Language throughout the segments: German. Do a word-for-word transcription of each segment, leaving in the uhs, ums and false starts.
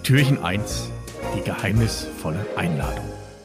Türchen eins. Die geheimnisvolle Einladung.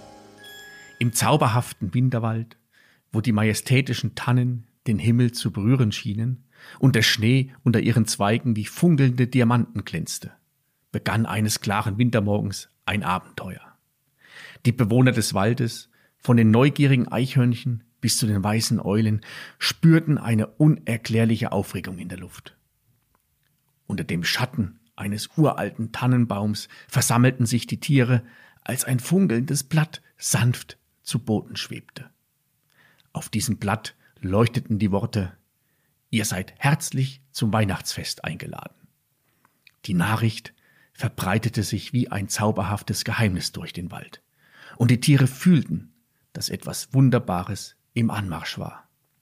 Im zauberhaften Winterwald, wo die majestätischen Tannen den Himmel zu berühren schienen und der Schnee unter ihren Zweigen wie funkelnde Diamanten glänzte, begann eines klaren Wintermorgens ein Abenteuer. Die Bewohner des Waldes, von den neugierigen Eichhörnchen bis zu den weißen Eulen, spürten eine unerklärliche Aufregung in der Luft. Unter dem Schatten eines uralten Tannenbaums versammelten sich die Tiere, als ein funkelndes Blatt sanft zu Boden schwebte. Auf diesem Blatt leuchteten die Worte: Ihr seid herzlich zum Weihnachtsfest eingeladen. Die Nachricht verbreitete sich wie ein zauberhaftes Geheimnis durch den Wald, und die Tiere fühlten, dass etwas Wunderbares im Anmarsch war.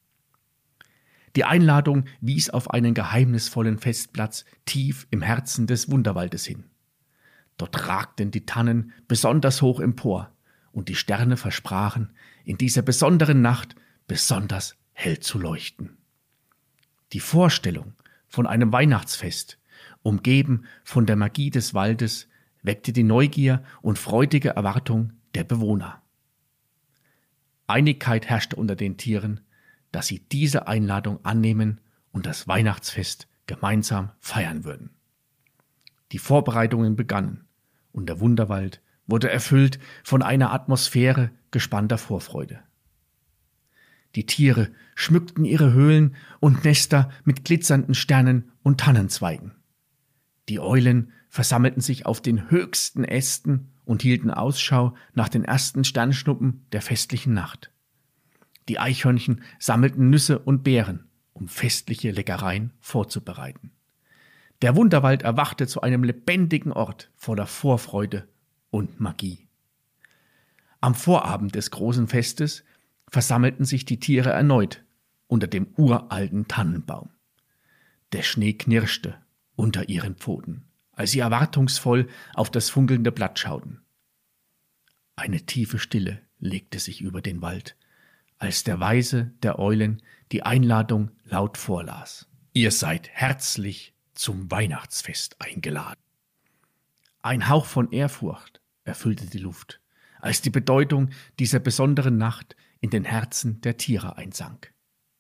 Die Einladung wies auf einen geheimnisvollen Festplatz tief im Herzen des Wunderwaldes hin. Dort ragten die Tannen besonders hoch empor, und die Sterne versprachen, in dieser besonderen Nacht besonders hell zu leuchten. Die Vorstellung von einem Weihnachtsfest, umgeben von der Magie des Waldes, weckte die Neugier und freudige Erwartung der Bewohner. Einigkeit herrschte unter den Tieren, dass sie diese Einladung annehmen und das Weihnachtsfest gemeinsam feiern würden. Die Vorbereitungen begannen, und der Wunderwald wurde erfüllt von einer Atmosphäre gespannter Vorfreude. Die Tiere schmückten ihre Höhlen und Nester mit glitzernden Sternen und Tannenzweigen. Die Eulen versammelten sich auf den höchsten Ästen und hielten Ausschau nach den ersten Sternschnuppen der festlichen Nacht. Die Eichhörnchen sammelten Nüsse und Beeren, um festliche Leckereien vorzubereiten. Der Wunderwald erwachte zu einem lebendigen Ort voller Vorfreude und Magie. Am Vorabend des großen Festes versammelten sich die Tiere erneut unter dem uralten Tannenbaum. Der Schnee knirschte unter ihren Pfoten, als sie erwartungsvoll auf das funkelnde Blatt schauten. Eine tiefe Stille legte sich über den Wald, als der Weise der Eulen die Einladung laut vorlas. Ihr seid herzlich zum Weihnachtsfest eingeladen. Ein Hauch von Ehrfurcht erfüllte die Luft, als die Bedeutung dieser besonderen Nacht in den Herzen der Tiere einsank.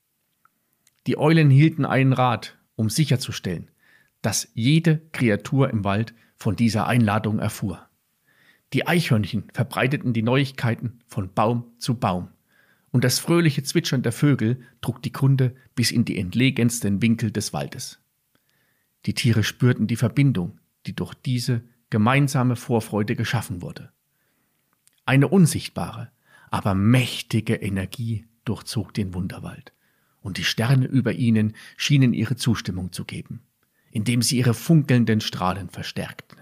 Die Eulen hielten einen Rat, um sicherzustellen, dass jede Kreatur im Wald von dieser Einladung erfuhr. Die Eichhörnchen verbreiteten die Neuigkeiten von Baum zu Baum, und das fröhliche Zwitschern der Vögel trug die Kunde bis in die entlegensten Winkel des Waldes. Die Tiere spürten die Verbindung, die durch diese gemeinsame Vorfreude geschaffen wurde. Eine unsichtbare, aber mächtige Energie durchzog den Wunderwald, und die Sterne über ihnen schienen ihre Zustimmung zu geben, indem sie ihre funkelnden Strahlen verstärkten.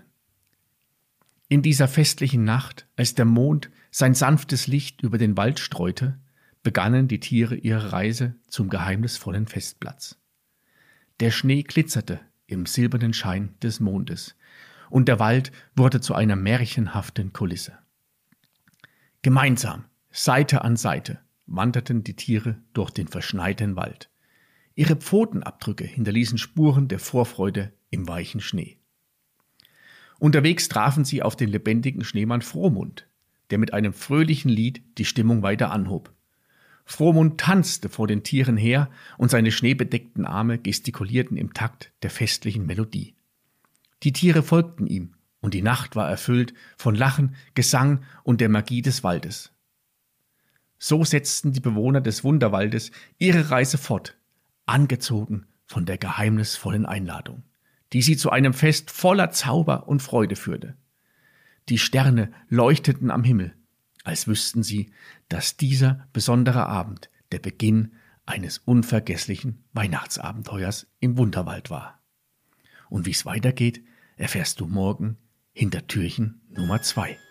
In dieser festlichen Nacht, als der Mond sein sanftes Licht über den Wald streute, begannen die Tiere ihre Reise zum geheimnisvollen Festplatz. Der Schnee glitzerte im silbernen Schein des Mondes, und der Wald wurde zu einer märchenhaften Kulisse. Gemeinsam, Seite an Seite, wanderten die Tiere durch den verschneiten Wald. Ihre Pfotenabdrücke hinterließen Spuren der Vorfreude im weichen Schnee. Unterwegs trafen sie auf den lebendigen Schneemann Frohmund, der mit einem fröhlichen Lied die Stimmung weiter anhob. Frohmund tanzte vor den Tieren her, und seine schneebedeckten Arme gestikulierten im Takt der festlichen Melodie. Die Tiere folgten ihm, und die Nacht war erfüllt von Lachen, Gesang und der Magie des Waldes. So setzten die Bewohner des Wunderwaldes ihre Reise fort, angezogen von der geheimnisvollen Einladung, die sie zu einem Fest voller Zauber und Freude führte. Die Sterne leuchteten am Himmel, als wüssten sie, dass dieser besondere Abend der Beginn eines unvergesslichen Weihnachtsabenteuers im Wunderwald war. Und wie es weitergeht, erfährst du morgen hinter Türchen Nummer zwei.